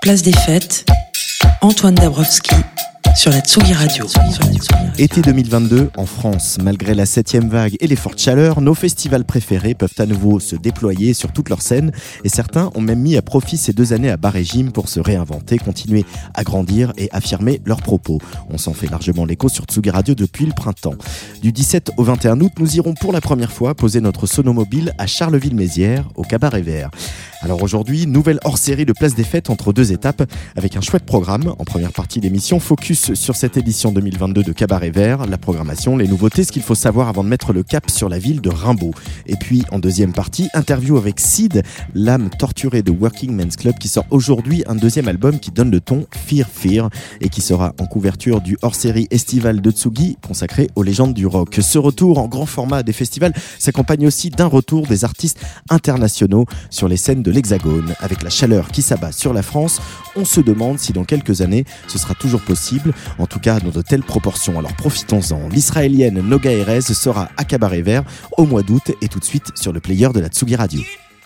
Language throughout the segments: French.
Place des Fêtes, Antoine Dabrowski sur la Tsugi Radio. Été 2022 en France. Malgré la 7e vague et les fortes chaleurs, nos festivals préférés peuvent à nouveau se déployer sur toute leur scène et certains ont même mis à profit ces 2 années à bas régime pour se réinventer, continuer à grandir et affirmer leurs propos. On s'en fait largement l'écho sur Tsugi Radio depuis le printemps. Du 17 au 21 août, nous irons pour la première fois poser notre sonomobile à Charleville-Mézières, au Cabaret Vert. Alors aujourd'hui, nouvelle hors-série de Place des Fêtes entre 2 étapes avec un chouette programme. En première partie d'émission, focus sur cette édition 2022 de Cabaret Vert, la programmation, les nouveautés, ce qu'il faut savoir avant de mettre le cap sur la ville de Rimbaud. Et puis en deuxième partie, interview avec Sid, l'âme torturée de Working Men's Club qui sort aujourd'hui un 2e album qui donne le ton Fear Fear et qui sera en couverture du hors-série estival de Tsugi consacré aux légendes du rock. Ce retour en grand format des festivals s'accompagne aussi d'un retour des artistes internationaux sur les scènes de l'Hexagone. Avec la chaleur qui s'abat sur la France, on se demande si dans quelques années ce sera toujours possible, en tout cas dans de telles proportions. Alors profitons-en. L'israélienne Noga Erez sera à Cabaret Vert au mois d'août et tout de suite sur le player de la Tsugi Radio.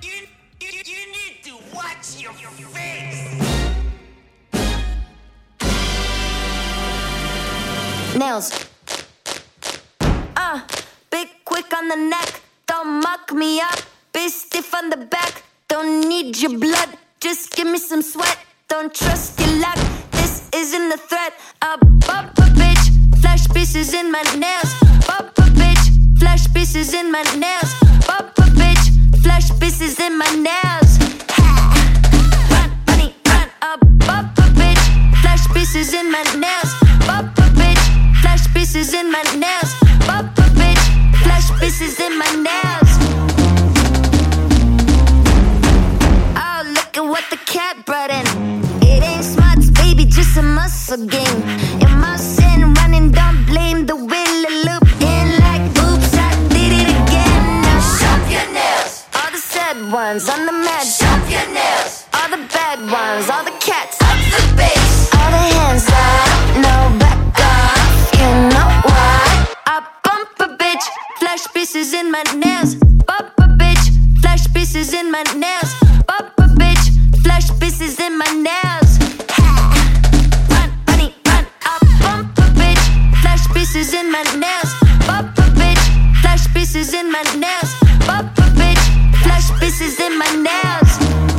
Nails. Big quick on the neck, don't muck me up. Big stiff on the back, don't need your blood. Just give me some sweat, don't trust your luck. This isn't a threat. Bop a bitch, flash pieces in my nails. Bop a bitch, flash pieces in my nails. Bop a bitch, flash pieces in my nails. Run, bunny, run. Bop a bitch, flash pieces in my nails. Bop a bitch, flash pieces in my nails. Bop a bitch, flash pieces in my nails. Oh, look at what the cat brought in. It ain't smarts, baby, just a muscle game. In my sin, running, don't blame the wheel. Loop in like, oops, I did it again. Now shop your nails. All the sad ones on the mat. Shop your nails. All the bad ones, all the cats. Up the bass. All the hands up, no back off. You know why? I bump a bitch, flash pieces in my nails. Bump a bitch, flash pieces in my nails. Bump a bitch, flash pieces in my nails. Run, bunny, run. I bump a bitch, flash pieces in my nails. Bump a bitch, flash pieces in my nails. Bump a bitch, flash pieces in my nails.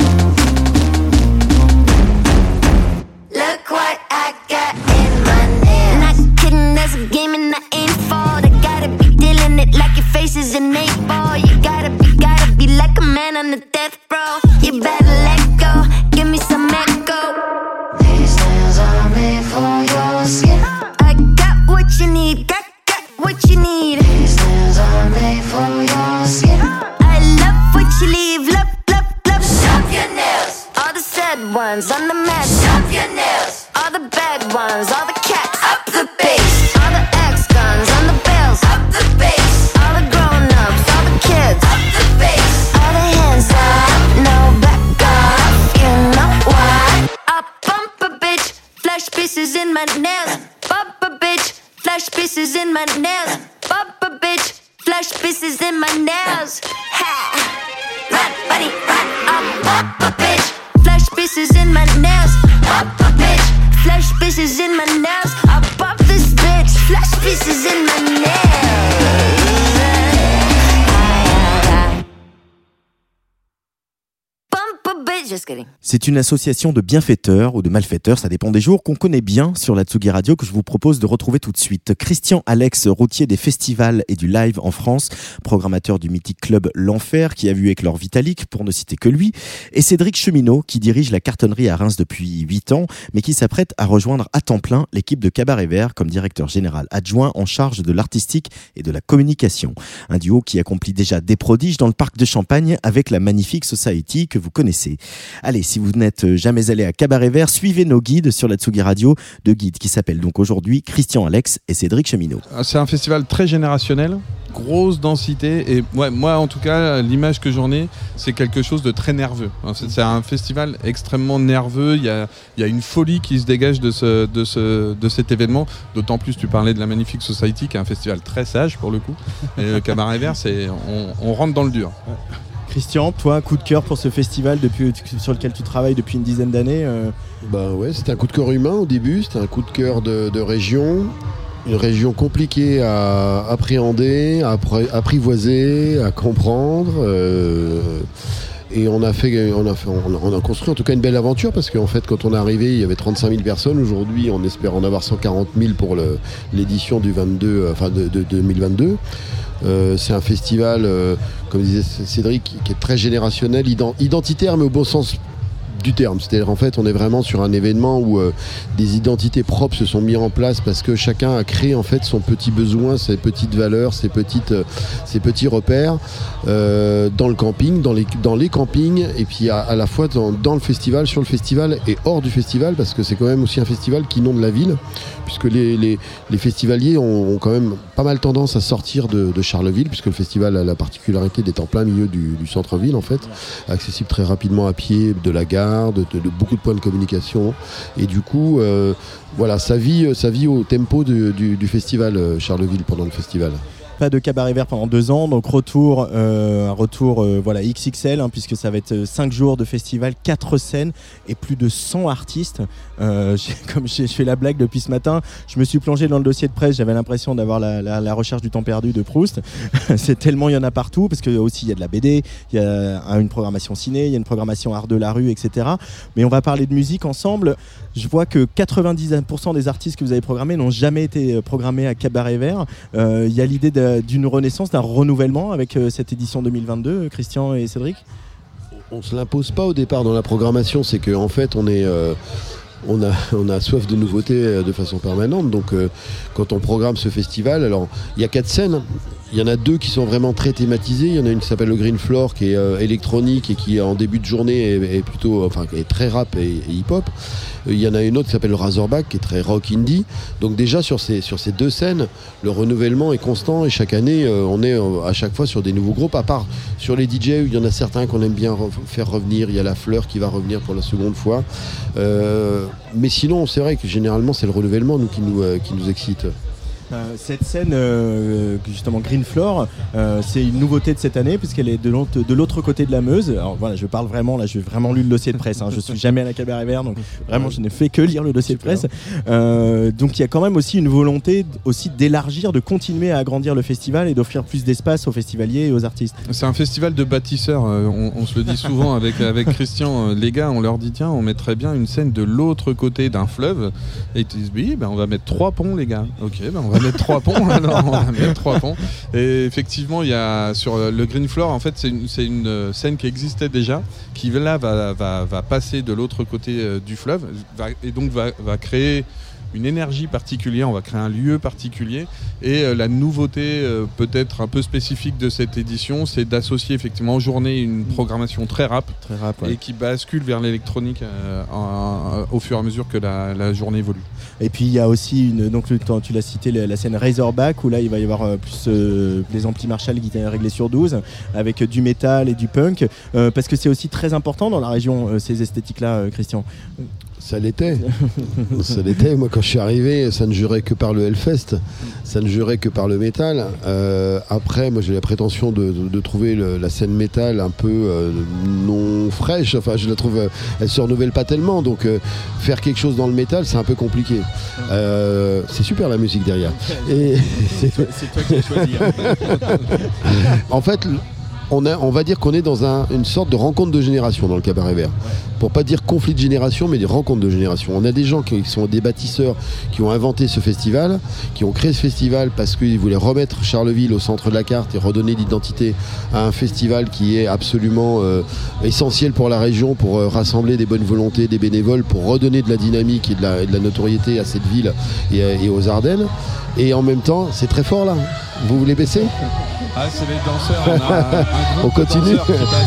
Look what I got in my nails. Not kidding, there's a game and I ain't fall. I gotta be dealing it like your face is an 8-ball. You gotta be like a man on the death row. You better let go, give me some echo. These nails are made for your skin. I got what you need, got what you need. These nails are made for your skin. I love what you leave, love. Shop your nails. All the sad ones on the mat. Shop your nails. All the bad ones, all the cats. Up the bass. All the ex-guns on the bells. Up the bass. All the grown-ups, all the kids. Up the bass. All the hands up, no back off. You know why? I bump a bitch, flash pieces in my nails. Bump a bitch, flash pieces in my nails. Bump a bitch, flash pieces in my nails. Ha! Run, bunny, run. I bump a bitch, flash pieces in my nails. Bump a bitch, flash pieces in my nails. I bump this bitch, flash pieces in my nails. Just kidding. C'est une association de bienfaiteurs ou de malfaiteurs, ça dépend des jours, qu'on connaît bien sur la Tsugi Radio, que je vous propose de retrouver tout de suite. Christian Alex, routier des festivals et du live en France, programmateur du mythique club L'Enfer, qui a vu éclore Vitalik, pour ne citer que lui, et Cédric Cheminot, qui dirige la cartonnerie à Reims depuis 8 ans, mais qui s'apprête à rejoindre à temps plein l'équipe de Cabaret Vert comme directeur général adjoint en charge de l'artistique et de la communication. Un duo qui accomplit déjà des prodiges dans le parc de Champagne avec la Magnifique Society que vous connaissez. Allez, si vous n'êtes jamais allé à Cabaret Vert, suivez nos guides sur la Tsugi Radio, deux guides qui s'appellent donc aujourd'hui Christian Alex et Cédric Cheminot. C'est un festival très générationnel, grosse densité, et ouais, moi en tout cas l'image que j'en ai, c'est quelque chose de très nerveux. C'est un festival extrêmement nerveux, il y a une folie qui se dégage de cet événement, d'autant plus tu parlais de la Magnifique Society qui est un festival très sage pour le coup, et le Cabaret Vert, on rentre dans le dur. Christian, toi, coup de cœur pour ce festival sur lequel tu travailles depuis une dizaine d'années Bah ouais, c'était un coup de cœur humain au début, c'était un coup de cœur de région. Une région compliquée à appréhender, à apprivoiser, à comprendre. Et on a construit en tout cas une belle aventure parce qu'en fait, quand on est arrivé, il y avait 35 000 personnes. Aujourd'hui, on espère en avoir 140 000 pour l'édition du 2022. C'est un festival, comme disait Cédric, qui est très générationnel, identitaire, mais au bon sens du terme. C'est-à-dire en fait on est vraiment sur un événement où des identités propres se sont mises en place parce que chacun a créé en fait son petit besoin, ses petites valeurs, ses petits repères dans le camping, dans les campings et puis à la fois dans le festival, sur le festival et hors du festival parce que c'est quand même aussi un festival qui inonde la ville puisque les festivaliers ont quand même pas mal tendance à sortir de Charleville puisque le festival a la particularité d'être en plein milieu du centre-ville en fait, accessible très rapidement à pied de la gare, de beaucoup de points de communication et du coup voilà ça vit au tempo du festival Charleville pendant le festival. Pas de cabaret vert pendant 2 ans, donc un retour voilà, XXL puisque ça va être 5 jours de festival, 4 scènes et plus de 100 artistes. Comme j'ai fait la blague depuis ce matin, je me suis plongé dans le dossier de presse, j'avais l'impression d'avoir la recherche du temps perdu de Proust. C'est tellement il y en a partout parce que aussi il y a de la BD, il y a une programmation ciné, il y a une programmation art de la rue, etc. Mais on va parler de musique ensemble. Je vois que 90% des artistes que vous avez programmés n'ont jamais été programmés à Cabaret Vert. Il y a l'idée d'une renaissance, d'un renouvellement avec cette édition 2022, Christian et Cédric. On ne se l'impose pas au départ dans la programmation, c'est qu'en fait on a soif de nouveautés de façon permanente. Donc quand on programme ce festival, alors il y a 4 scènes. Il y en a 2 qui sont vraiment très thématisées. Il y en a une qui s'appelle le Green Floor qui est électronique et qui en début de journée est très rap et hip-hop. Il y en a une autre qui s'appelle le Razorback qui est très rock indie. Donc déjà sur ces 2 scènes, le renouvellement est constant et chaque année on est à chaque fois sur des nouveaux groupes. À part sur les DJ où il y en a certains qu'on aime bien faire revenir. Il y a La Fleur qui va revenir pour la seconde fois. Mais sinon c'est vrai que généralement c'est le renouvellement qui nous excite. Cette scène, justement Green Floor, c'est une nouveauté de cette année puisqu'elle est de l'autre côté de la Meuse. Alors voilà, j'ai vraiment lu le dossier de presse. Je suis jamais à la Cabaret Vert, donc vraiment je n'ai fait que lire le dossier de presse. Donc il y a quand même aussi une volonté d'élargir, de continuer à agrandir le festival et d'offrir plus d'espace aux festivaliers et aux artistes. C'est un festival de bâtisseurs. On se le dit souvent avec Christian. Les gars, on leur dit tiens, on mettrait bien une scène de l'autre côté d'un fleuve. Et ils disent oui, on va mettre 3 ponts, les gars. Ok, on va mettre 3 ponts. Alors on va mettre 3 ponts. Et effectivement, il y a sur le Green Floor, en fait, c'est une scène qui existait déjà, qui là va passer de l'autre côté du fleuve, et donc va créer une énergie particulière, on va créer un lieu particulier et la nouveauté peut-être un peu spécifique de cette édition, c'est d'associer effectivement aux journées une programmation très rap ouais. Et qui bascule vers l'électronique au fur et à mesure que la journée évolue. Et puis il y a aussi donc tu l'as cité, la scène Razorback où là il va y avoir plus des amplis Marshall qui étaient réglés sur 12 avec du métal et du punk parce que c'est aussi très important dans la région ces esthétiques-là, Christian. Ça l'était. Moi, quand je suis arrivé, ça ne jurait que par le Hellfest, ça ne jurait que par le métal. Après, moi, j'ai la prétention de trouver la scène métal un peu non fraîche. Enfin, je la trouve, elle se renouvelle pas tellement. Donc, faire quelque chose dans le métal, c'est un peu compliqué. C'est super la musique derrière. Et c'est toi qui as choisi. En fait. On va dire qu'on est dans une sorte de rencontre de génération dans le Cabaret Vert. Pour pas dire conflit de génération, mais des rencontres de génération. On a des gens qui sont des bâtisseurs qui ont inventé ce festival, qui ont créé ce festival parce qu'ils voulaient remettre Charleville au centre de la carte et redonner l'identité à un festival qui est absolument essentiel pour la région, pour rassembler des bonnes volontés, des bénévoles, pour redonner de la dynamique et de la notoriété à cette ville et aux Ardennes. Et en même temps, c'est très fort là. Vous voulez baisser ? Ah, c'est les danseurs. On continue.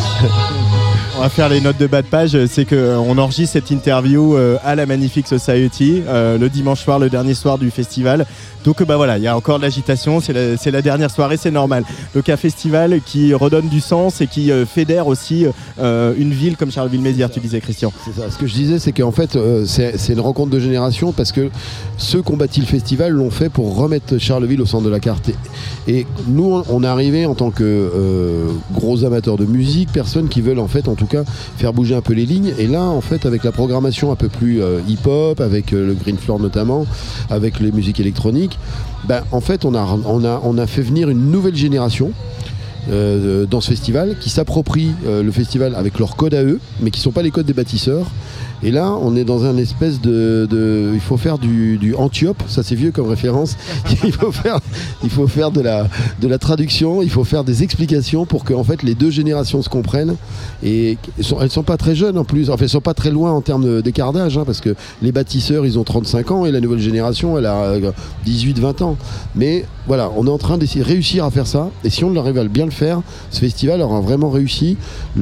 On va faire les notes de bas de page. C'est qu'on enregistre cette interview à la Magnifique Society le dimanche soir, le dernier soir du festival. Donc voilà, il y a encore de l'agitation, c'est la dernière soirée, c'est normal. Donc un festival qui redonne du sens et qui fédère aussi une ville comme Charleville-Mézières, tu disais, Christian. C'est ça. Ce que je disais, c'est qu'en fait, c'est une rencontre de génération parce que ceux qui ont bâti le festival l'ont fait pour remettre Charleville au centre de la carte. Et nous, on est arrivé en tant que gros amateurs de musique, personnes qui veulent en fait, en tout cas, faire bouger un peu les lignes. Et là, en fait, avec la programmation un peu plus hip-hop, avec le Green Floor notamment, avec les musiques électroniques, en fait, on a fait venir une nouvelle génération dans ce festival qui s'approprie le festival avec leurs codes à eux, mais qui ne sont pas les codes des bâtisseurs. Et là, on est dans un espèce il faut faire du Antiope, ça c'est vieux comme référence. Il faut faire de la traduction, il faut faire des explications pour que en fait les deux générations se comprennent. Et elles sont pas très jeunes en plus, enfin elles sont pas très loin en termes d'écart d'âge, parce que les bâtisseurs ils ont 35 ans et la nouvelle génération elle a 18-20 ans. Mais voilà, on est en train d'essayer de réussir à faire ça. Et si on arrive à bien le faire, ce festival aura vraiment réussi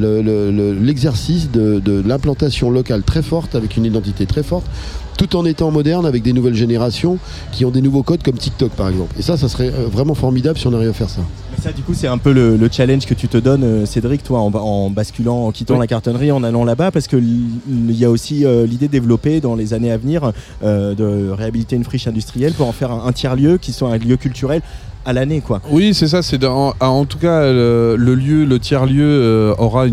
l'exercice de l'implantation locale très forte, avec une identité très forte, tout en étant moderne, avec des nouvelles générations qui ont des nouveaux codes comme TikTok par exemple. Et ça serait vraiment formidable si on arrive à faire ça. Mais ça du coup c'est un peu le challenge que tu te donnes, Cédric, toi, en basculant, en quittant la cartonnerie, en allant là-bas, parce que il y a aussi l'idée de développer dans les années à venir, de réhabiliter une friche industrielle pour en faire un tiers-lieu qui soit un lieu culturel à l'année, quoi. Oui, c'est ça. En tout cas, le tiers-lieu aura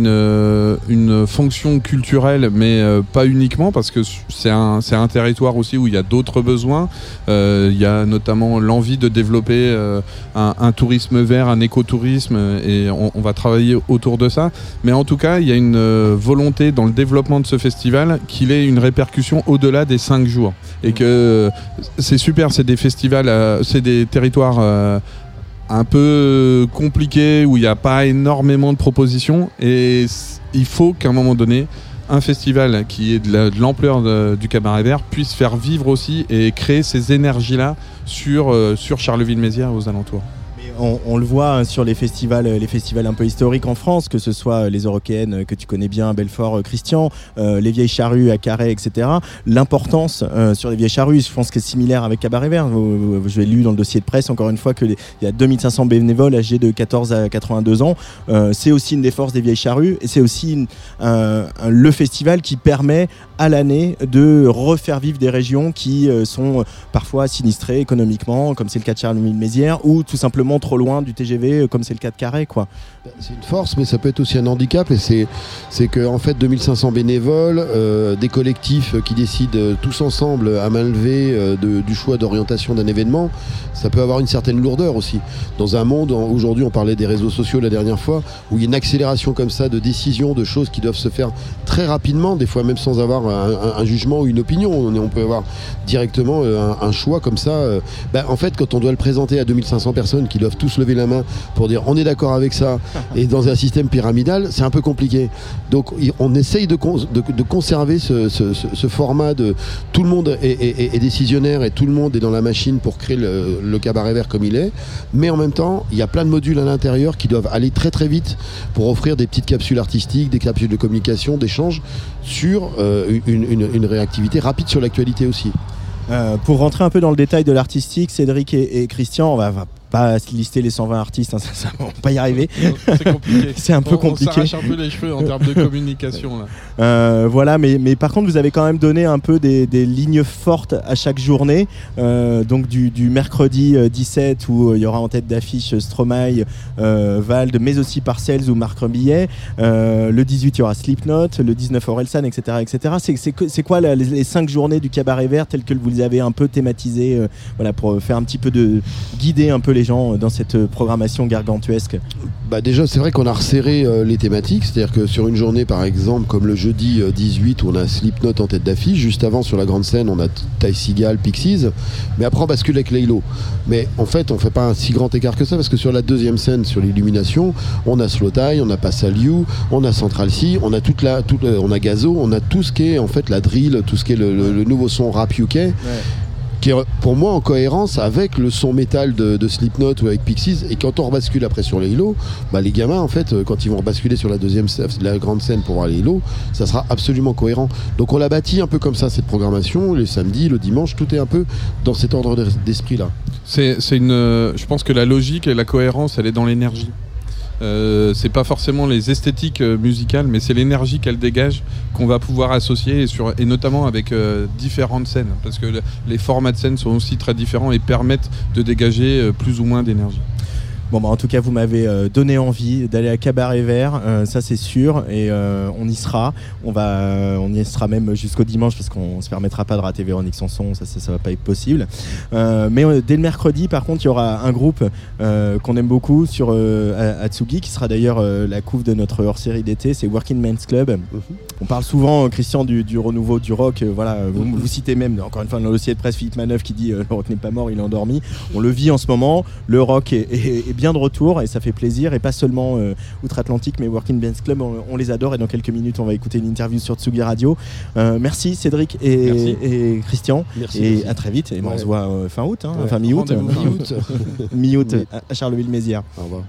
une fonction culturelle, mais pas uniquement, parce que c'est un territoire aussi où il y a d'autres besoins. Il y a notamment l'envie de développer un tourisme vert, un écotourisme, et on va travailler autour de ça. Mais en tout cas, il y a une volonté dans le développement de ce festival qu'il ait une répercussion au-delà des 5 jours. Et que c'est super, c'est des festivals, c'est des territoires un peu compliqué, où il n'y a pas énormément de propositions, et il faut qu'à un moment donné un festival qui est de l'ampleur du Cabaret Vert puisse faire vivre aussi et créer ces énergies-là sur Charleville-Mézières et aux alentours. On le voit sur les festivals un peu historiques en France, que ce soit les Eurokéennes que tu connais bien, Belfort, Christian, les Vieilles Charrues à Carhaix, etc. L'importance sur les Vieilles Charrues, je pense que c'est similaire avec Cabaret Vert. Je l'ai lu dans le dossier de presse, encore une fois, qu'il y a 2500 bénévoles âgés de 14 à 82 ans. C'est aussi une des forces des Vieilles Charrues, et c'est aussi le festival qui permet à l'année de refaire vivre des régions qui sont parfois sinistrées économiquement, comme c'est le cas de Charleville-Mézières, ou tout simplement trop loin du TGV, comme c'est le cas de Carhaix, quoi. C'est une force, mais ça peut être aussi un handicap, et c'est que en fait 2500 bénévoles, des collectifs qui décident tous ensemble à main levée du choix d'orientation d'un événement, ça peut avoir une certaine lourdeur aussi. Dans un monde, aujourd'hui on parlait des réseaux sociaux la dernière fois, où il y a une accélération comme ça de décisions, de choses qui doivent se faire très rapidement, des fois même sans avoir un jugement ou une opinion. On peut avoir directement un choix comme ça. En fait, quand on doit le présenter à 2500 personnes qui doivent tous lever la main pour dire on est d'accord avec ça, et dans un système pyramidal, c'est un peu compliqué. Donc on essaye de conserver ce format de tout le monde est décisionnaire et tout le monde est dans la machine pour créer le Cabaret Vert comme il est, mais en même temps il y a plein de modules à l'intérieur qui doivent aller très très vite pour offrir des petites capsules artistiques, des capsules de communication, d'échange sur une réactivité rapide sur l'actualité aussi. Pour rentrer un peu dans le détail de l'artistique, Cédric et Christian, on va pas lister les 120 artistes, ça on va pas y arriver. C'est compliqué. C'est un peu compliqué. On s'arrache un peu les cheveux en termes de communication là. Voilà, mais par contre vous avez quand même donné un peu des lignes fortes à chaque journée. Donc du mercredi 17 où il y aura en tête d'affiche Stromae, Vald, mais aussi Parcells ou Marc Rebillet. Le 18 il y aura Slipknot, le 19 Orelsan, etc. C'est quoi les 5 journées du Cabaret Vert telles que vous les avez un peu thématisées, voilà, pour faire un petit peu guider un peu les gens dans cette programmation gargantuesque? Déjà c'est vrai qu'on a resserré les thématiques, c'est-à-dire que sur une journée par exemple comme le jeudi 18 où on a Slipknot en tête d'affiche, juste avant sur la grande scène on a Ty Segall, Pixies, mais après on bascule avec Laylo. Mais en fait on fait pas un si grand écart que ça, parce que sur la deuxième scène, sur l'illumination, on a Slow Tie, on a Passal You, on a Central C, on a on a Gazo, on a tout ce qui est en fait la drill, tout ce qui est le nouveau son rap UK. Ouais. Qui est pour moi en cohérence avec le son métal de Slipknot ou avec Pixies. Et quand on rebascule après sur les Halo, les gamins en fait quand ils vont rebasculer sur la grande scène pour voir les Halo, ça sera absolument cohérent. Donc on l'a bâti un peu comme ça, cette programmation, les samedis, le dimanche, tout est un peu dans cet ordre d'esprit là. Je pense que la logique et la cohérence elle est dans l'énergie. c'est pas forcément les esthétiques musicales, mais c'est l'énergie qu'elle dégage qu'on va pouvoir associer et notamment avec différentes scènes, parce que les formats de scène sont aussi très différents et permettent de dégager plus ou moins d'énergie. Bon, en tout cas, vous m'avez donné envie d'aller à Cabaret Vert, ça c'est sûr, et on y sera. On y sera même jusqu'au dimanche parce qu'on se permettra pas de rater Véronique Sanson, ça va pas être possible. Mais dès le mercredi, par contre, il y aura un groupe qu'on aime beaucoup sur Atsugi, qui sera d'ailleurs la couve de notre hors-série d'été, c'est Working Men's Club. On parle souvent, Christian, du renouveau du rock. Voilà, vous citez même, encore une fois, dans le dossier de presse, Philippe Manœuvre qui dit le rock n'est pas mort, il est endormi. On le vit en ce moment. Le rock est bien de retour et ça fait plaisir, et pas seulement outre-Atlantique, mais Working Men's Club, on les adore, et dans quelques minutes on va écouter une interview sur Tsugi Radio. Merci Cédric et Christian. Merci, et merci. à très vite, et on se voit fin août, Ouais. enfin mi-août. Mi-août Oui. à Charleville-Mézières. Au revoir.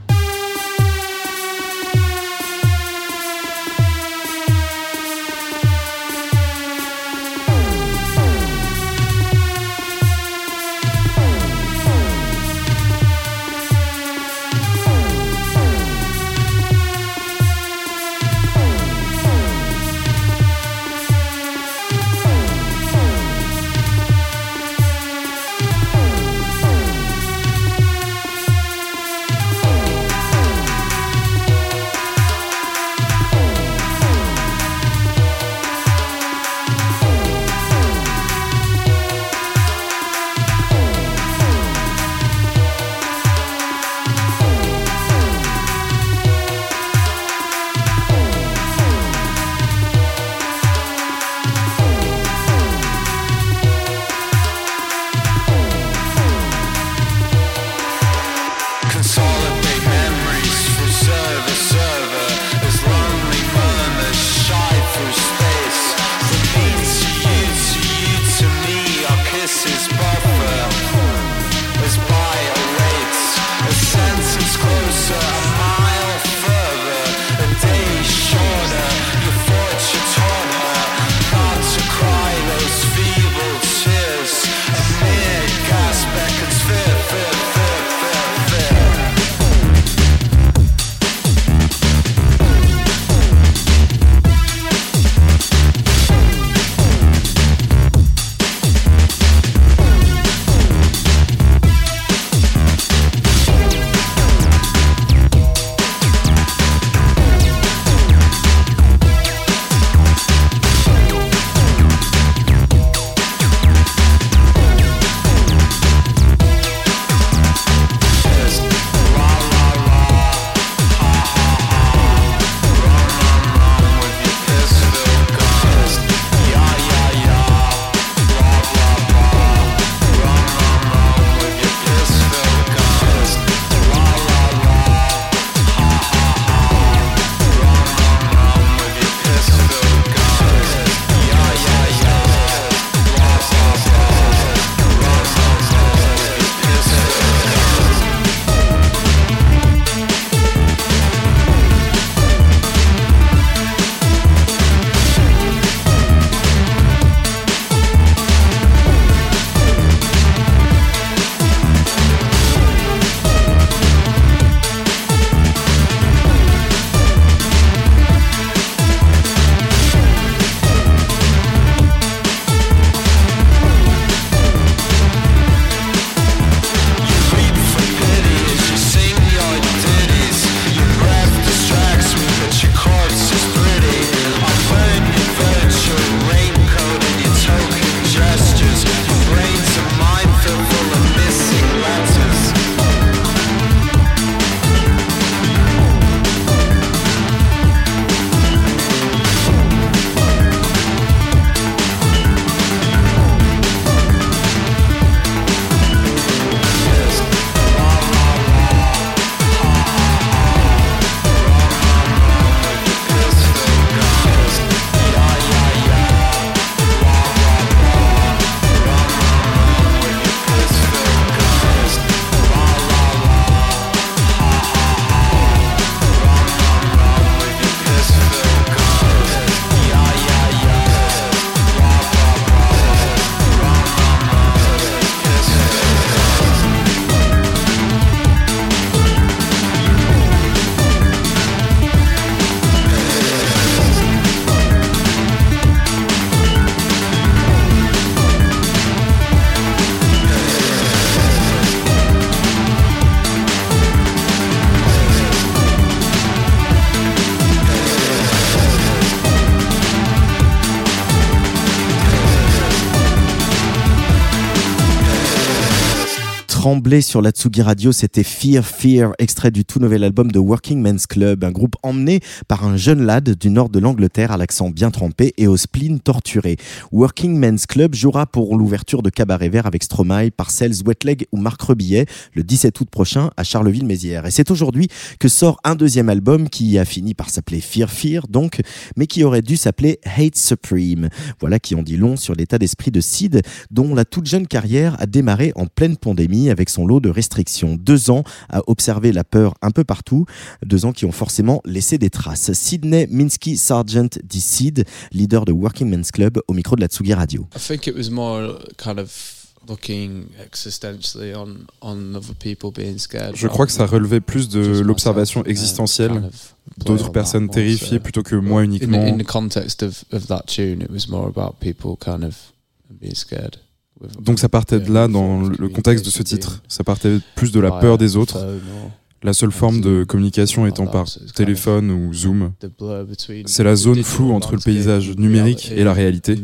Trembler sur la Tsugi Radio, c'était Fear Fear, extrait du tout nouvel album de Working Men's Club, un groupe emmené par un jeune lad du nord de l'Angleterre à l'accent bien trempé et au spleen torturé. Working Men's Club jouera pour l'ouverture de Cabaret Vert avec Stromae, Parcells, Wetleg ou Marc Rebillet le 17 août prochain à Charleville-Mézières. Et c'est aujourd'hui que sort un deuxième album qui a fini par s'appeler Fear Fear donc, mais qui aurait dû s'appeler Hate Supreme. Voilà qui en dit long sur l'état d'esprit de Sid, dont la toute jeune carrière a démarré en pleine pandémie avec son lot de restrictions. 2 ans à observer la peur un peu partout, 2 ans qui ont forcément laissé des traces. Sidney Minsky Sargent dit Sid, leader de Working Men's Club, au micro de la Tsugi Radio. I think it was more kind of looking existentially on other people being scared. Je crois que ça relevait plus de l'observation existentielle d'autres personnes terrifiées plutôt que moi uniquement. In the context of that tune, it was more about people kind of being scared. Donc ça partait de là dans le contexte de ce titre. Ça partait plus de la peur des autres. La seule forme de communication étant par téléphone ou Zoom. C'est la zone floue entre le paysage numérique et la réalité.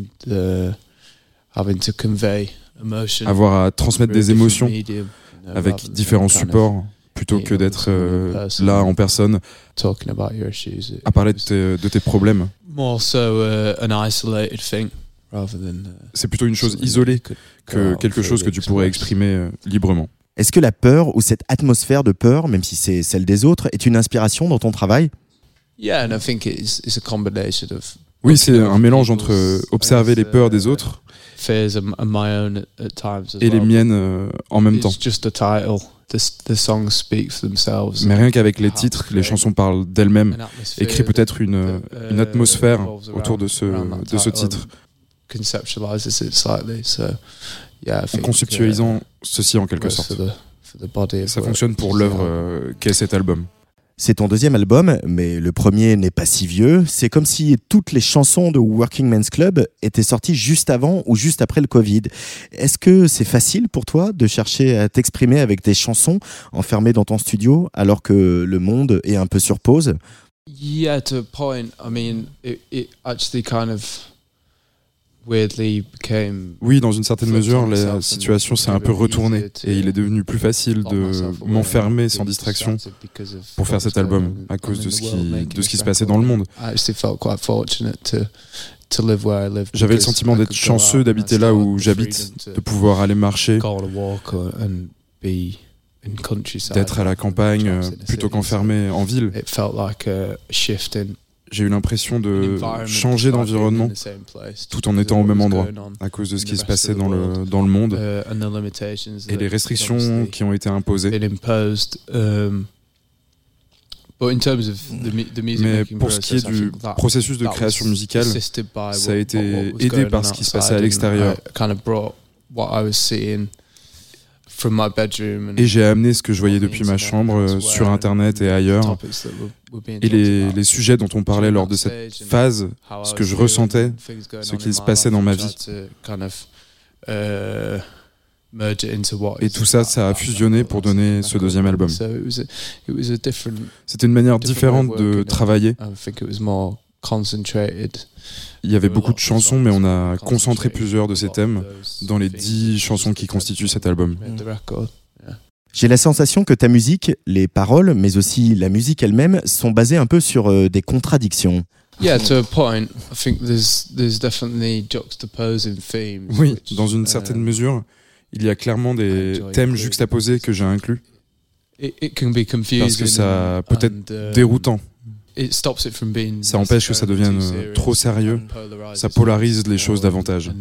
Avoir à transmettre des émotions avec différents supports plutôt que d'être là en personne à parler de tes problèmes. C'est plutôt une chose isolée que quelque chose que tu pourrais exprimer librement. Est-ce que la peur ou cette atmosphère de peur, même si c'est celle des autres, est une inspiration dans ton travail ? Oui, c'est un mélange entre observer les peurs des autres et les miennes en même temps. Mais rien qu'avec les titres, les chansons parlent d'elles-mêmes et créent peut-être une atmosphère autour de ce titre. En conceptualisant ceci en quelque sorte. Ça fonctionne pour l'œuvre qu'est cet album. C'est ton deuxième album, mais le premier n'est pas si vieux. C'est comme si toutes les chansons de Working Men's Club étaient sorties juste avant ou juste après le Covid. Est-ce que c'est facile pour toi de chercher à t'exprimer avec des chansons enfermées dans ton studio alors que le monde est un peu sur pause ? Yeah, to a point. I mean, it actually kind of weirdly became. Oui, dans une certaine mesure, la situation s'est un peu retournée et il est devenu plus facile de m'enfermer sans distraction pour faire cet album à cause de ce qui se passait dans le monde. J'avais le sentiment d'être chanceux d'habiter là où j'habite, de pouvoir aller marcher, d'être à la campagne plutôt qu'enfermé en ville. J'ai eu l'impression de changer d'environnement tout en étant au même endroit à cause de ce qui se passait dans le monde et les restrictions qui ont été imposées. Mais pour ce qui est du processus de création musicale, ça a été aidé par ce qui se passait à l'extérieur. Et j'ai amené ce que je voyais depuis ma chambre sur Internet et ailleurs. Et les sujets dont on parlait lors de cette phase, ce que je ressentais, ce qui se passait dans ma vie. Et tout ça, ça a fusionné pour donner ce deuxième album. C'était une manière différente de travailler. Il y avait beaucoup de chansons, mais on a concentré plusieurs de ces thèmes dans les 10 chansons qui constituent cet album. J'ai la sensation que ta musique, les paroles, mais aussi la musique elle-même, sont basées un peu sur des contradictions. Yeah, to a point, I think there's definitely juxtaposing themes. Oui, dans une certaine mesure, il y a clairement des thèmes juxtaposés que j'ai inclus. It can be confusing. Parce que ça peut être déroutant. Ça empêche que ça devienne trop sérieux. Ça polarise les choses davantage.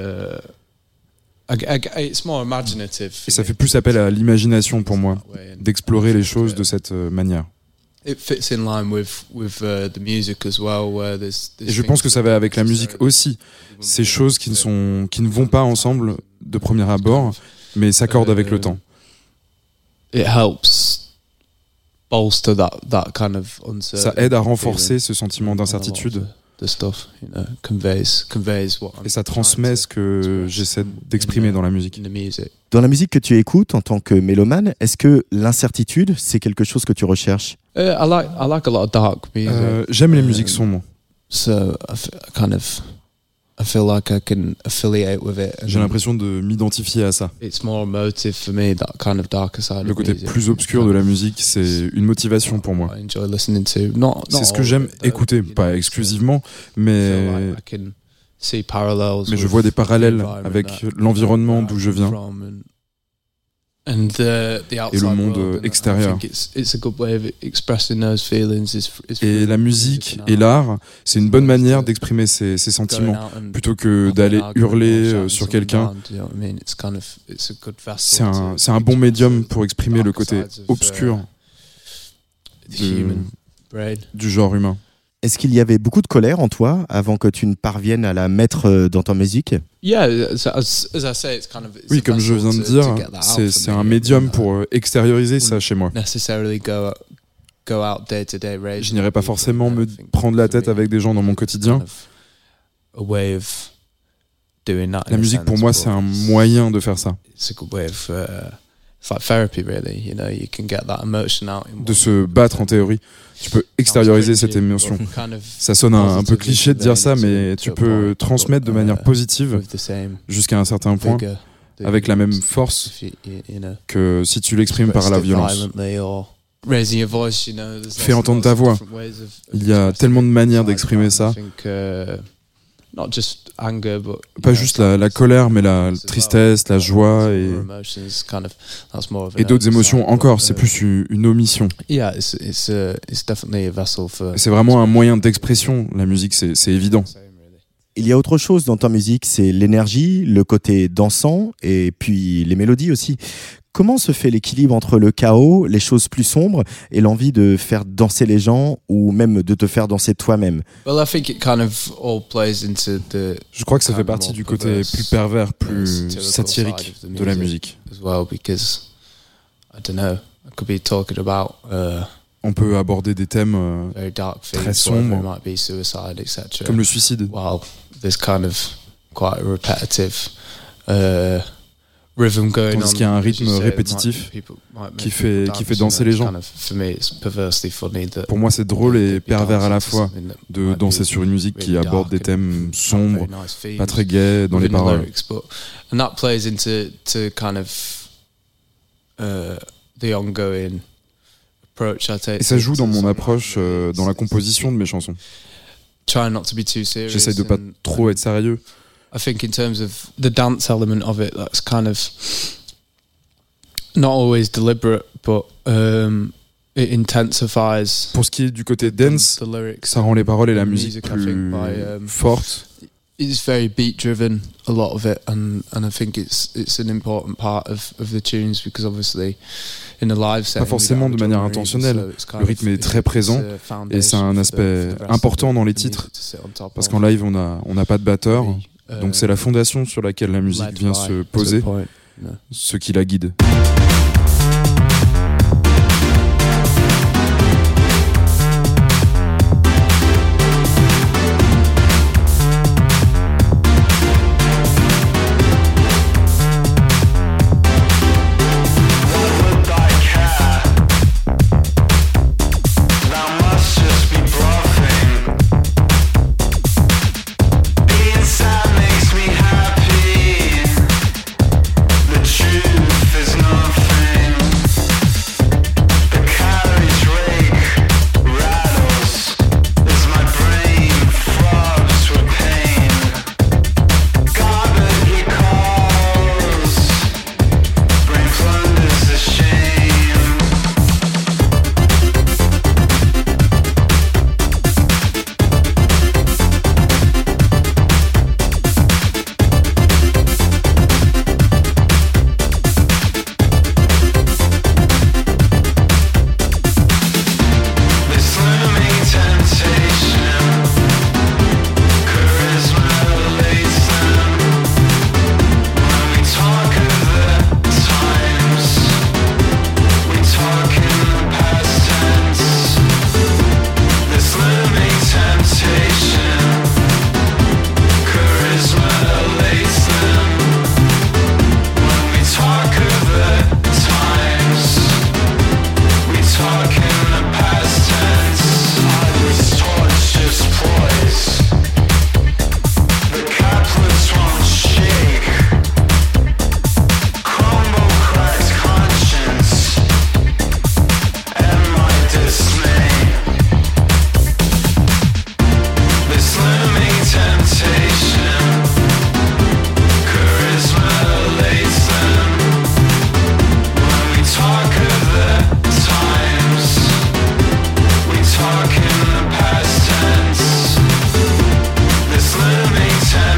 Et ça fait plus appel à l'imagination pour moi, d'explorer les choses de cette manière. Et je pense que ça va avec la musique aussi. Ces choses qui ne vont pas ensemble de premier abord, mais s'accordent avec le temps. Ça aide à renforcer ce sentiment d'incertitude. Et ça transmet ce que j'essaie d'exprimer dans la musique. Dans la musique que tu écoutes en tant que mélomane, est-ce que l'incertitude, c'est quelque chose que tu recherches ? J'aime les musiques sombres. feel like I can affiliate with it. J'ai l'impression de m'identifier à ça. It's more emotive for me, that kind of darker side. Le côté plus obscur de la musique, c'est une motivation pour moi. I enjoy listening to. C'est ce que j'aime écouter, pas exclusivement, mais je vois des parallèles avec l'environnement d'où je viens et le monde extérieur. Et la musique et l'art, c'est une bonne manière d'exprimer ces sentiments, plutôt que d'aller hurler sur quelqu'un. C'est un bon médium pour exprimer le côté obscur du genre humain. Est-ce qu'il y avait beaucoup de colère en toi avant que tu ne parviennes à la mettre dans ta musique ? Oui, comme je viens de dire, c'est un médium pour extérioriser ça chez moi. Je n'irai pas forcément me prendre la tête avec des gens dans mon quotidien. La musique pour moi, c'est un moyen de faire ça. De se battre en théorie. Tu peux extérioriser cette émotion. Ça sonne un peu cliché de dire ça, mais tu peux transmettre de manière positive jusqu'à un certain point, avec la même force que si tu l'exprimes par la violence. Fais entendre ta voix. Il y a tellement de manières d'exprimer ça. Pas juste la colère, mais la tristesse, la joie et d'autres émotions encore. C'est plus une omission. C'est vraiment un moyen d'expression, la musique, c'est évident. Il y a autre chose dans ta musique, c'est l'énergie, le côté dansant et puis les mélodies aussi. Comment se fait l'équilibre entre le chaos, les choses plus sombres et l'envie de faire danser les gens ou même de te faire danser toi-même ? Je crois que ça fait partie du côté plus pervers, plus satirique de la musique. On peut aborder des thèmes très sombres, comme le suicide. Tandis qu'il y a un rythme répétitif qui fait danser les gens. Pour moi, c'est drôle et pervers à la fois de danser sur une musique qui aborde des thèmes sombres, pas très gais dans les paroles. Et ça joue dans mon approche, dans la composition de mes chansons. J'essaye de pas trop être sérieux. I think in terms of the dance element of it, that's kind of not always deliberate, but it intensifies. Pour ce qui est du côté dance, ça rend les paroles et la musique plus fortes. It's very beat driven, a lot of it, and I think it's an important part of the tunes because obviously in a live setting. Pas forcément de manière intentionnelle. Le rythme est très présent et c'est un aspect important dans les titres parce qu'en live on n'a pas de batteur. Donc c'est la fondation sur laquelle la musique vient se poser, ce qui la guide. There's no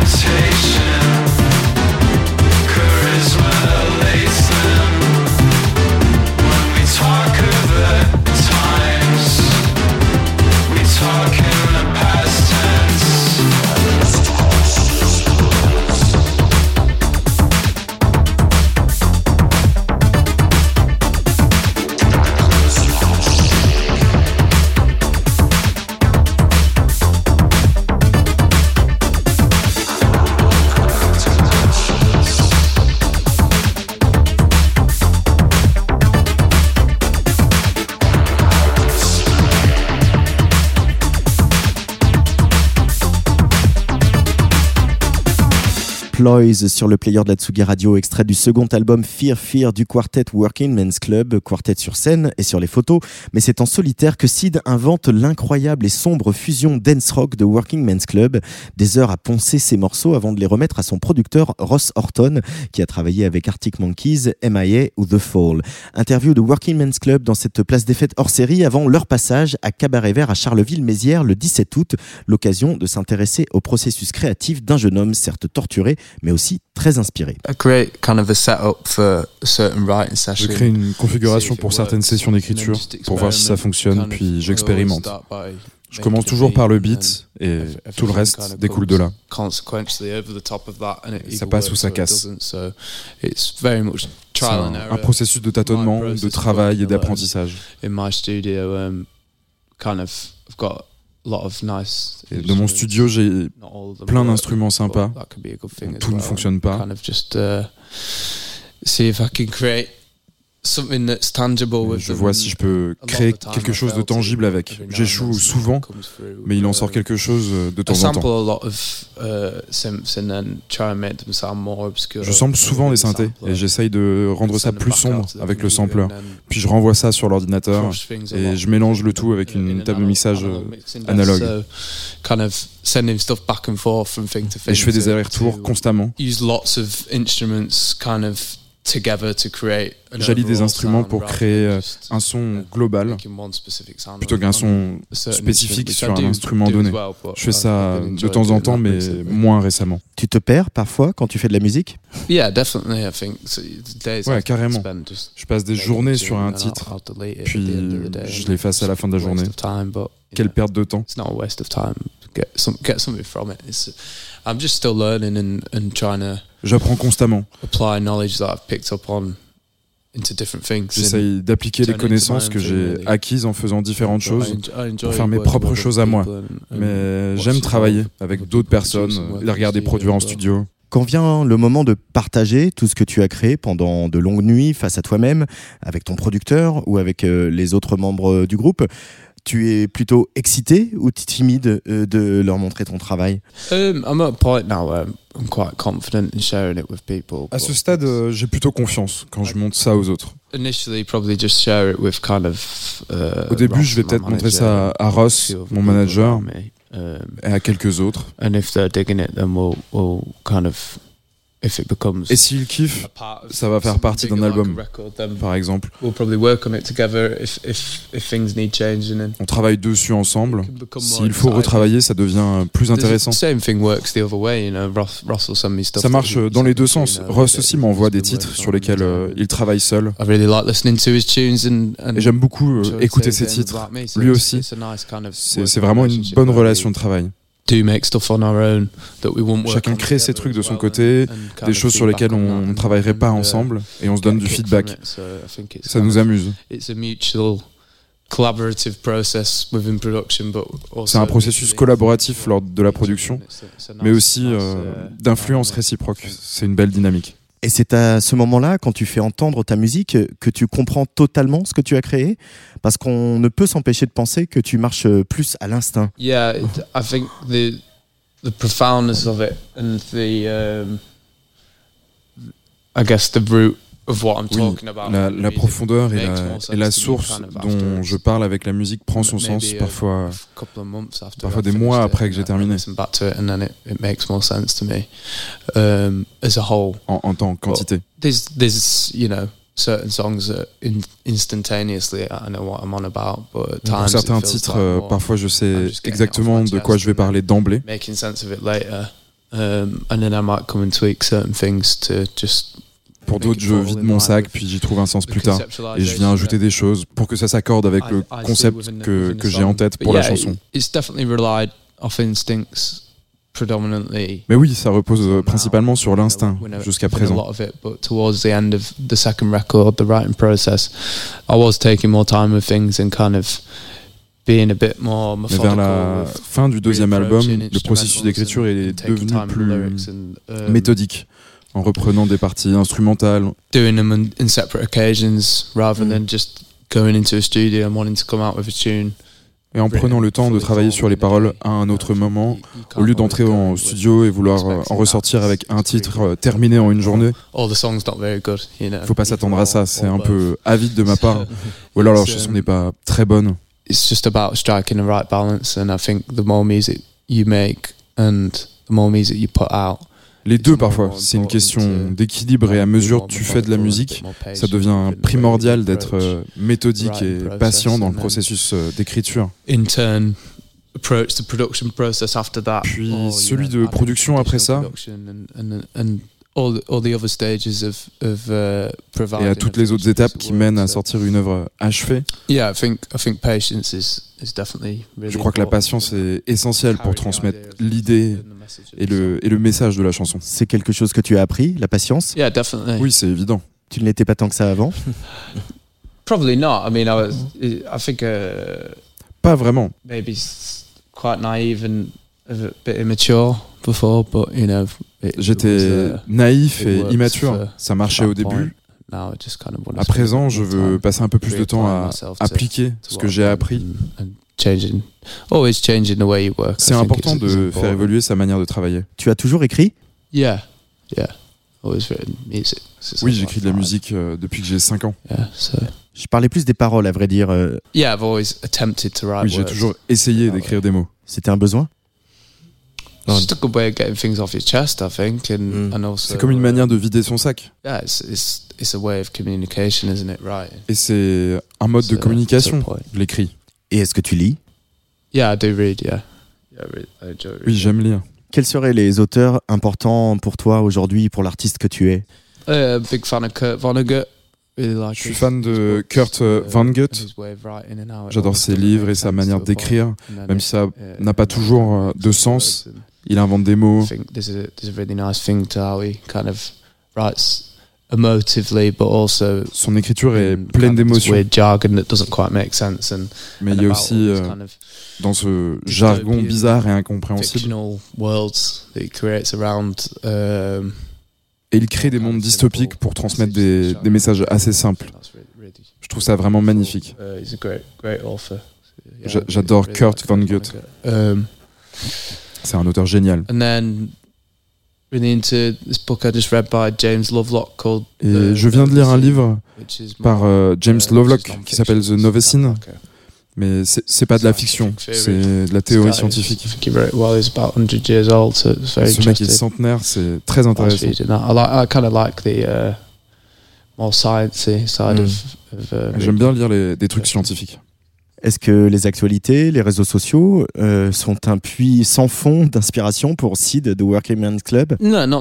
Ploys sur le player de la Tsugi Radio, extrait du second album Fear Fear du quartet Working Men's Club, quartet sur scène et sur les photos, mais c'est en solitaire que Sid invente l'incroyable et sombre fusion dance rock de Working Men's Club. Des heures à poncer ses morceaux avant de les remettre à son producteur Ross Horton, qui a travaillé avec Arctic Monkeys, M.I.A. ou The Fall. Interview de Working Men's Club dans cette place des fêtes hors série avant leur passage à Cabaret Vert à Charleville-Mézières le 17 août, l'occasion de s'intéresser au processus créatif d'un jeune homme certes torturé, mais aussi très inspiré. Je crée une configuration pour certaines sessions d'écriture, pour voir si ça fonctionne, puis j'expérimente. Je commence toujours par le beat et tout le reste découle de là. Ça passe ou ça casse. C'est un processus de tâtonnement, de travail et d'apprentissage. Et dans mon studio, j'ai plein d'instruments sympas. Tout ne fonctionne pas. Je vois si je peux créer quelque chose de tangible avec. J'échoue souvent, mais il en sort quelque chose de temps en temps. Je sample souvent des synthés et j'essaye de rendre ça plus sombre avec le sampler. Puis je renvoie ça sur l'ordinateur et je mélange le tout avec une table de mixage analogue. Et je fais des allers-retours constamment. J'allie des instruments pour créer un son global plutôt qu'un son spécifique sur un instrument donné. Je fais ça de temps en temps, mais moins récemment. Tu te perds parfois quand tu fais de la musique ? Ouais, carrément. Je passe des journées sur un titre, puis je l'efface à la fin de la journée. Quelle perte de temps. J'apprends constamment. J'essaye d'appliquer les connaissances que j'ai acquises en faisant différentes choses pour faire mes propres choses à moi. Mais j'aime travailler avec d'autres personnes, les regarder produire en studio. Quand vient le moment de partager tout ce que tu as créé pendant de longues nuits face à toi-même, avec ton producteur ou avec les autres membres du groupe, tu es plutôt excité ou timide de leur montrer ton travail ? À ce stade, j'ai plutôt confiance quand je montre ça aux autres. Au début, je vais peut-être montrer ça à Ross, mon manager, et à quelques autres. Et s'ils kiffent, ça va faire partie d'un album, par exemple. On travaille dessus ensemble. S'il faut retravailler, ça devient plus intéressant. Ça marche dans les deux sens. Ross aussi m'envoie des titres sur lesquels il travaille seul. Et j'aime beaucoup écouter ses titres. Lui aussi. C'est vraiment une bonne relation de travail. Chacun crée ses trucs de son côté, des choses sur lesquelles on ne travaillerait pas ensemble, et on se donne du feedback. Ça nous amuse. C'est un processus collaboratif lors de la production, mais aussi d'influence réciproque. C'est une belle dynamique. Et c'est à ce moment-là, quand tu fais entendre ta musique, que tu comprends totalement ce que tu as créé ? Parce qu'on ne peut s'empêcher de penser que tu marches plus à l'instinct. Yeah, I think the profoundness of it and I guess the root of what I'm talking about. La profondeur et la source dont je parle avec la musique prend son sens parfois des mois après que j'ai terminé. En tant que quantité. Certain songs instantaneously I know what I'm on about, but pour certains titres parfois je sais exactement de quoi je vais parler d'emblée. Making sense of it later and then I might come and tweak certain things to just. Pour d'autres, je vide mon sac, puis j'y trouve un sens plus tard. Et je viens ajouter des choses pour que ça s'accorde avec le concept que j'ai en tête pour la chanson. It's definitely relied off instincts predominantly. Mais oui, ça repose principalement sur l'instinct jusqu'à présent. A lot of it, but towards the end of the second record, the writing process, I was taking more time with things and kind of being a bit more methodical. Mais vers la fin du deuxième album, le processus d'écriture est devenu plus méthodique, en reprenant des parties instrumentales. Doing them in separate occasions rather than just going into a studio and wanting to come out with a tune. Et en prenant le temps de travailler sur les paroles à un autre moment, au lieu d'entrer en studio et vouloir en ressortir avec un titre terminé en une journée. Faut pas s'attendre à ça, c'est un peu avide de ma part. Ou alors la chanson n'est pas très bonne. It's just about striking the right balance, and I think the more music you make and the more music you put out. Les deux parfois, c'est une question d'équilibre et à mesure que tu fais de la musique, ça devient primordial d'être méthodique et patient dans le processus d'écriture. In turn, approach the production process after that. Puis celui de production après ça. Et à toutes les autres étapes qui mènent à sortir une œuvre achevée. Yeah, I think patience is definitely really. Je crois que la patience est essentielle pour transmettre l'idée et le message de la chanson. C'est quelque chose que tu as appris, la patience? Yeah, definitely. Oui, c'est évident. Tu ne l'étais pas tant que ça avant? Probably not. I mean, I think pas vraiment. Maybe quite naive and a bit immature before, but you know. J'étais naïf et immature. Ça marchait au début. À présent, je veux passer un peu plus de temps à appliquer ce que j'ai appris. C'est important de faire évoluer sa manière de travailler. Tu as toujours écrit? Yeah. Oui, j'écris de la musique depuis que j'ai 5 ans. Je parlais plus des paroles, à vrai dire. Oui, j'ai toujours essayé d'écrire des mots. C'était un besoin? It's just a good way of getting things off your chest, I think, and also. C'est comme une manière de vider son sac. Yeah, it's a way of communication, isn't it, right? Et c'est un mode de communication, l'écrit. Et est-ce que tu lis? Yeah, I do read, yeah. I enjoy reading. Oui, j'aime lire. Quels seraient les auteurs importants pour toi aujourd'hui, pour l'artiste que tu es? Big fan of Kurt Vonnegut. Je suis fan de Kurt Vonnegut. J'adore ses livres et sa manière d'écrire, même si ça n'a pas toujours de sens. Il invente des mots. Son écriture est pleine d'émotions. Mais il y a aussi, dans ce jargon bizarre et incompréhensible, et il crée des mondes dystopiques pour transmettre des messages assez simples. Je trouve ça vraiment magnifique. J'adore Kurt Vonnegut. C'est un auteur génial. Et je viens de lire un livre par James Lovelock qui s'appelle The Novecine. Mais c'est pas de la fiction, c'est de la théorie scientifique. Ce mec est centenaire, c'est très intéressant. J'aime bien lire des trucs scientifiques. Est-ce que les actualités, les réseaux sociaux sont un puits sans fond d'inspiration pour Sid de Working Men's Club? Non,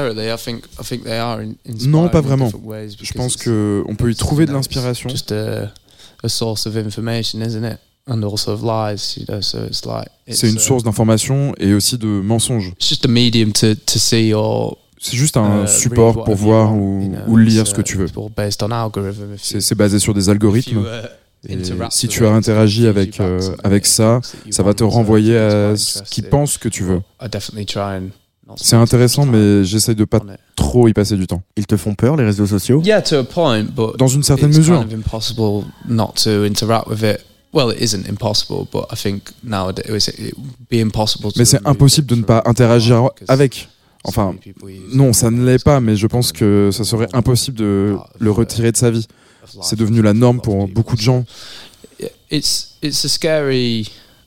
pas vraiment. Je pense qu'on peut y trouver de l'inspiration. A source of information, isn't it? And also of lies, you know, so it's like c'est une source d'information et aussi de mensonges. It's just a medium to see or c'est juste un support pour voir ou lire ce que tu veux. C'est basé sur des algorithmes. Et si tu as interagi avec ça, ça va te renvoyer à ce qu'ils pensent que tu veux. C'est intéressant, mais j'essaye de pas trop y passer du temps. Ils te font peur, les réseaux sociaux? Yeah, to a point, but dans une certaine mesure. Kind of impossible not to interact with it. Well, it isn't impossible, but I think nowadays it would be impossible. Mais c'est impossible de ne pas interagir avec. Enfin, non, ça ne l'est pas, mais je pense que ça serait impossible de le retirer de sa vie. C'est devenu la norme pour beaucoup de gens. It's a scary.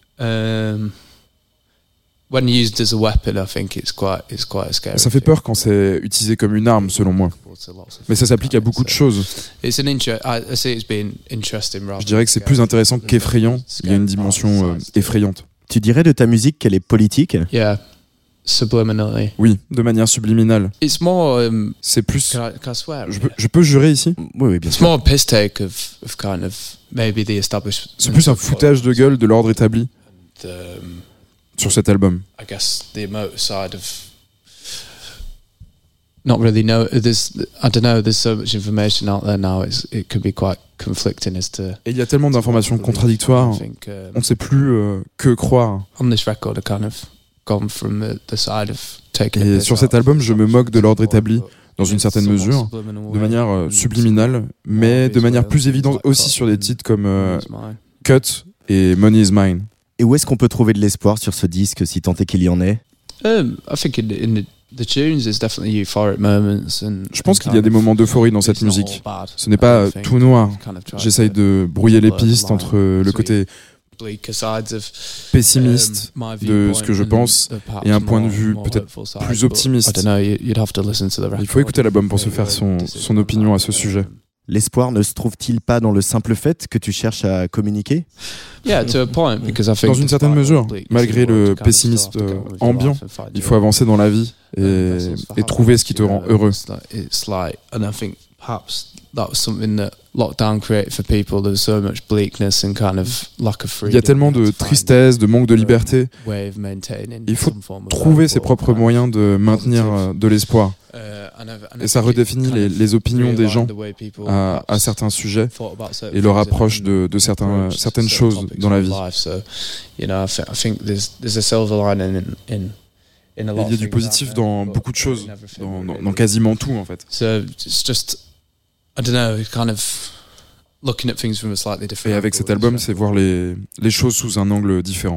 When used as a weapon, I think it's quite a scary. Ça fait peur quand c'est utilisé comme une arme, selon moi. Mais ça s'applique à beaucoup de choses. Je dirais que c'est plus intéressant qu'effrayant. Il y a une dimension effrayante. Tu dirais de ta musique qu'elle est politique? Yeah. subliminally. Oui, de manière subliminale. It's more. C'est plus. Can I swear? Je peux jurer ici? Oui, bien It's sûr. more a piss take of kind of maybe the established. C'est plus un foutage de gueule de l'ordre établi sur cet album. I guess the emotive side of. Not really know. I don't know. There's so much information out there now. It can be quite conflicting as to. Et il y a tellement d'informations contradictoires. On ne sait plus que croire. On this record, I kind of gone from the side of taking. Et sur cet album, je me moque de l'ordre établi dans une certaine mesure, de manière subliminale, mais de manière plus évidente aussi sur des titres comme Cut et Money Is Mine. Et où est-ce qu'on peut trouver de l'espoir sur ce disque, si tant est qu'il y en ait? I think in the tunes, there's definitely euphoric moments. Je pense qu'il y a des moments d'euphorie dans cette musique. Ce n'est pas tout noir. J'essaye de brouiller les pistes entre le côté pessimiste de ce que je pense et un point de vue peut-être plus optimiste. Il faut écouter l'album pour se faire son opinion à ce sujet. L'espoir ne se trouve-t-il pas dans le simple fait que tu cherches à communiquer? Dans une certaine mesure, malgré le pessimisme ambiant, il faut avancer dans la vie et trouver ce qui te rend heureux. Il y a tellement de tristesse, de manque de liberté. Il faut trouver ses propres moyens de maintenir de l'espoir. Et ça redéfinit les opinions des gens à certains sujets et leur approche de certaines choses dans la vie. Il y a du positif dans beaucoup de choses, dans quasiment tout en fait. Et avec cet album, c'est voir les choses sous un angle différent.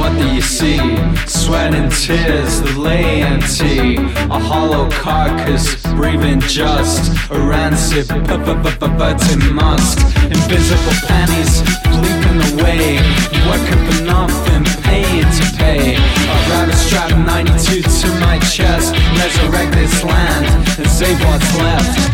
what do you see? Sweat and tears, the laity. A hollow carcass, breathing just a rancid button musk. Invisible pennies bleeping away, working for nothing, paid to pay. I'd rather strap 92 to my chest, resurrect this land and save what's left.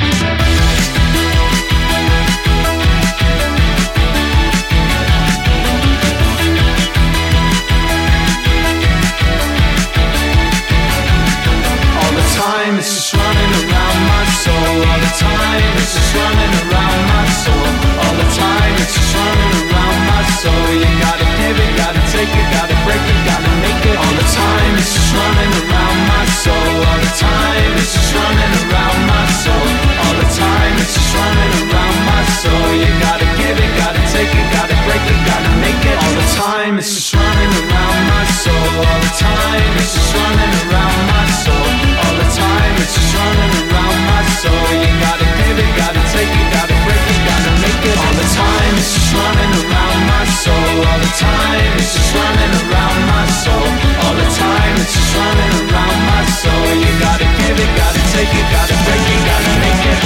Time it's just running around my soul. All the time it's just running around my soul. All the time it's just running around my soul. You gotta give it, gotta take it, gotta break it, gotta make it. All the time it's just running around my soul. All the time it's just running around my soul. All the time it's just running around my soul. You gotta give it, gotta take it, gotta break it, gotta make it. All the time it's just running around my soul. All the time it's just running around my soul. All the time it's just running around my soul. You gotta give it, gotta take it, gotta break it, gotta make it. All the time it's just running around my soul. All the time it's just running around my soul. All the time it's just running around my soul. You gotta give it, gotta take it, gotta break it, gotta make it.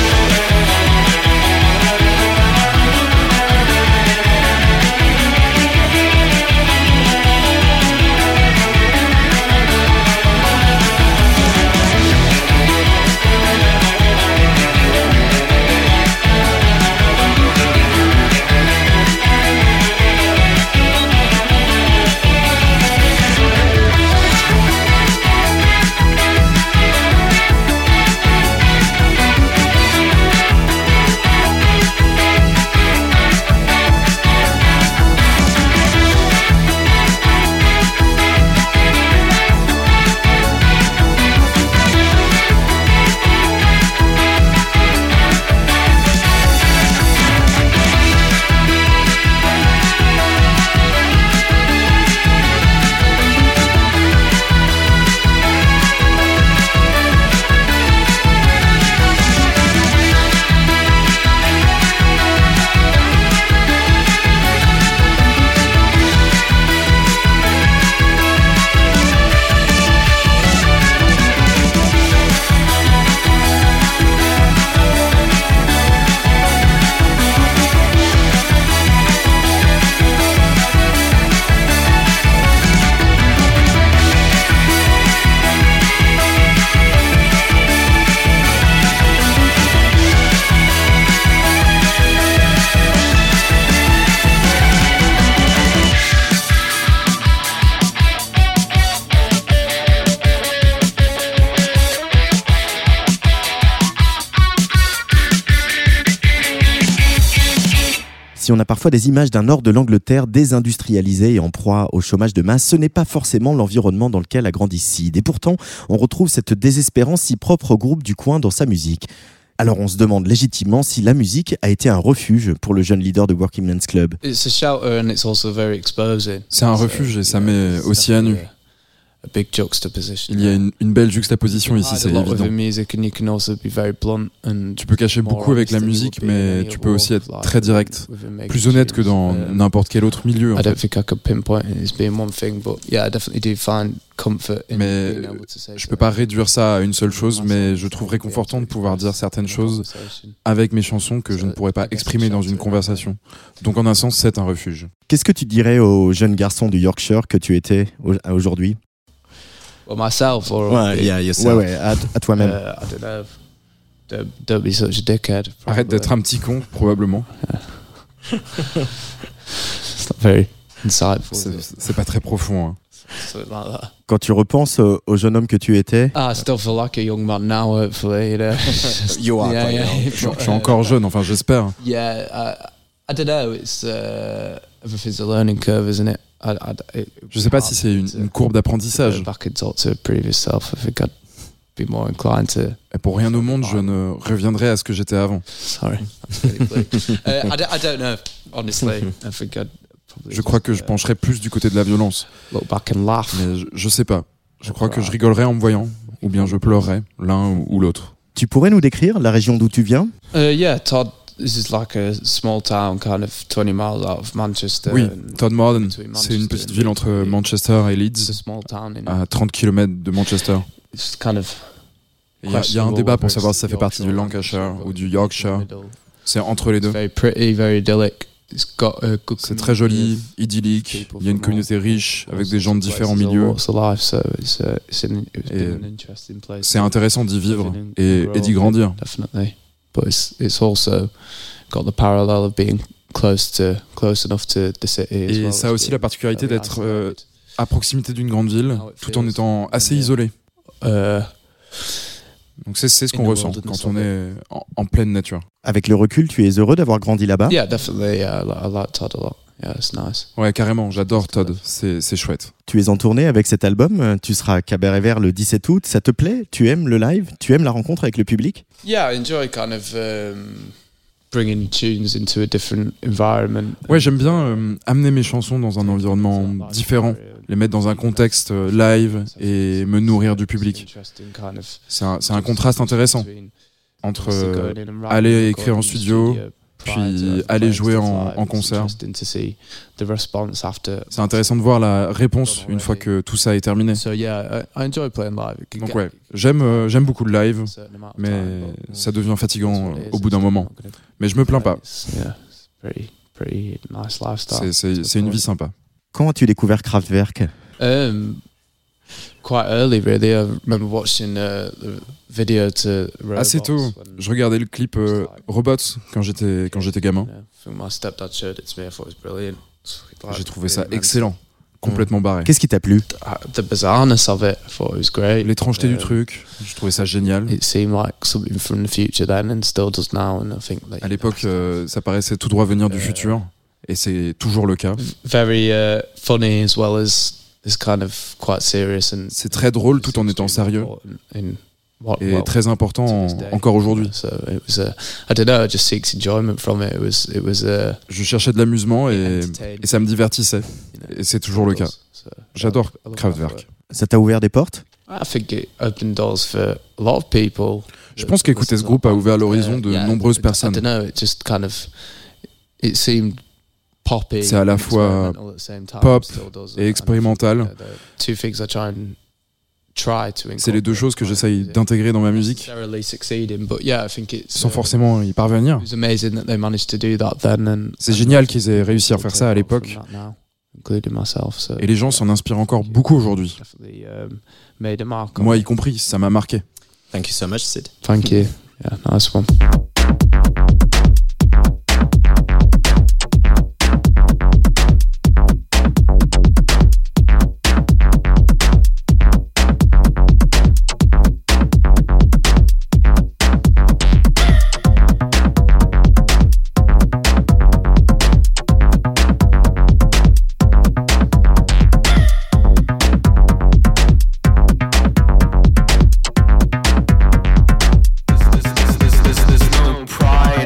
Si on a parfois des images d'un nord de l'Angleterre désindustrialisé et en proie au chômage de masse, ce n'est pas forcément l'environnement dans lequel a grandi Sid. Et pourtant, on retrouve cette désespérance si propre au groupe du coin dans sa musique. Alors on se demande légitimement si la musique a été un refuge pour le jeune leader de Working Men's Club. C'est un refuge et ça met aussi à nu. Il y a une belle juxtaposition ici, c'est évident. Tu peux cacher beaucoup avec la musique, mais tu peux aussi être très direct, plus honnête que dans n'importe quel autre milieu. Mais je peux pas réduire ça à une seule chose, mais je trouve réconfortant de pouvoir dire certaines choses avec mes chansons que je ne pourrais pas exprimer dans une conversation. Donc en un sens, c'est un refuge. Qu'est-ce que tu dirais aux jeunes garçons du Yorkshire que tu étais aujourd'hui? Myself or yourself. Ouais, à toi-même. I don't know. Don't be such a dickhead. Arrête d'être un petit con, probablement. It's not very insightful. C'est pas très profond. Hein. Something like that. Quand tu repenses au jeune homme que tu étais, I still feel like a young man now, hopefully. You know. You are. Je suis encore jeune, enfin j'espère. Yeah, I don't know. It's everything's a learning curve, isn't it? Je sais pas si c'est une courbe d'apprentissage. Et pour rien au monde, je ne reviendrai à ce que j'étais avant. Sorry. Je crois que je pencherai plus du côté de la violence. Mais je sais pas. Je crois que je rigolerai en me voyant, ou bien je pleurerai, l'un ou l'autre. Tu pourrais nous décrire la région d'où tu viens? Yeah, Todd this is like a small town, kind of 20 miles out of Manchester. Oui, Todmorden, c'est une petite ville entre Manchester et Leeds, à 30 km de Manchester. It's kind of. Il y a un débat pour savoir si ça fait partie du Lancashire ou du Yorkshire. C'est entre les deux. Very pretty, very idyllic. C'est très joli, idyllique. Il y a une communauté riche avec des gens de différents milieux. C'est intéressant d'y vivre et d'y grandir. But it's also got the parallel of being close enough to the city. Et ça a aussi la particularité d'être à proximité d'une grande ville, tout en étant assez isolé. Donc c'est ce qu'on ressent quand on est en pleine nature. Avec le recul, tu es heureux d'avoir grandi là-bas ? Yeah, definitely. Yeah, I like Todd a lot. Yeah, it's nice. Ouais, carrément, j'adore Todd, c'est chouette. Tu es en tournée avec cet album, tu seras à Cabaret Vert le 17 août, ça te plaît ? Tu aimes le live ? Tu aimes la rencontre avec le public ? Yeah, I enjoy kind of bringing tunes into a different environment. Ouais, j'aime bien amener mes chansons dans un environnement différent, les mettre dans un contexte live et me nourrir du public. C'est un contraste intéressant entre aller écrire en studio puis aller jouer en concert. C'est intéressant de voir la réponse une fois que tout ça est terminé. Donc ouais, j'aime beaucoup le live, mais ça devient fatigant au bout d'un moment. Mais je me plains pas. C'est une vie sympa. Quand as-tu découvert Kraftwerk ? Quite early, really. I remember watching the video to Robots. Assez tôt, je regardais le clip Robots quand j'étais gamin. My stepdad showed it to me. I thought it was brilliant. J'ai trouvé ça excellent, complètement barré. Qu'est-ce qui t'a plu ? The bizarreness of it. I thought it was great. L'étrangeté du truc, je trouvais ça génial. It seemed like something from the future then, and still does now. And I think à l'époque, ça paraissait tout droit venir du futur, et c'est toujours le cas. Very funny as well as. It's kind of quite serious and c'est très drôle tout en étant sérieux et très important encore aujourd'hui. So it was I don't know, I just seeks enjoyment from it. It was je cherchais de l'amusement et ça me divertissait et c'est toujours le cas. J'adore Kraftwerk. Ça t'a ouvert des portes ? I think it opened doors for a lot of people. Je pense qu'écouter ce groupe a ouvert l'horizon de nombreuses personnes. I don't know, it just kind of it seemed c'est à la fois pop et expérimental. C'est les deux choses que j'essaye d'intégrer dans ma musique, sans forcément y parvenir. C'est génial qu'ils aient réussi à faire ça à l'époque. Et les gens s'en inspirent encore beaucoup aujourd'hui. Moi y compris, ça m'a marqué. Thank you so much, Sid. Thank you. Yeah, nice one. Pride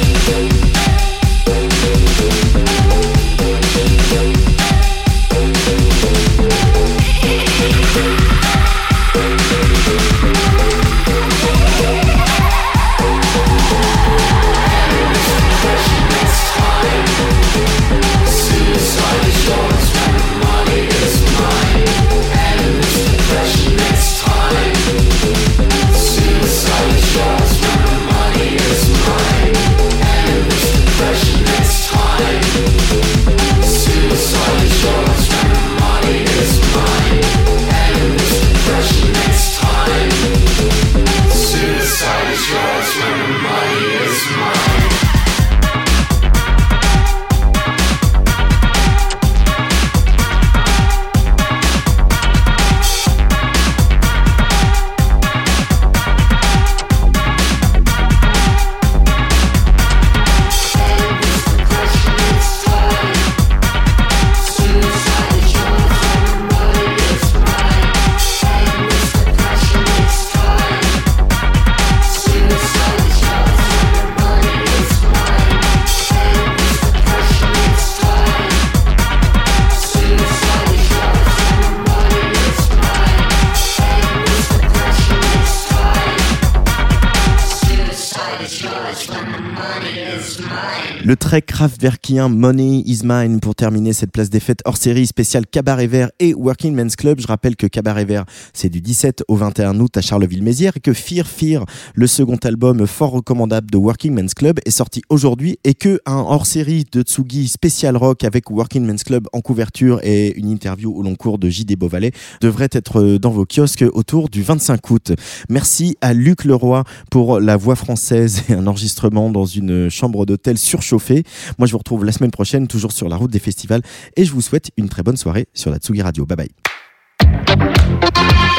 Le très kraftwerkien Money is Mine pour terminer cette place des fêtes hors série spéciale Cabaret Vert et Working Men's Club. Je rappelle que Cabaret Vert, c'est du 17 au 21 août à Charleville-Mézières et que Fear, le second album fort recommandable de Working Men's Club, est sorti aujourd'hui et que un hors série de Tsugi spécial rock avec Working Men's Club en couverture et une interview au long cours de J.D. Beauvalet devrait être dans vos kiosques autour du 25 août. Merci à Luc Leroy pour la voix française et un enregistrement dans une chambre d'hôtel surchauffée. Moi, je vous retrouve la semaine prochaine, toujours sur la route des festivals, et je vous souhaite une très bonne soirée sur la Tsugi Radio. Bye bye.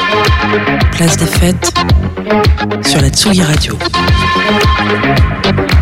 Place des fêtes sur la Tsugi Radio.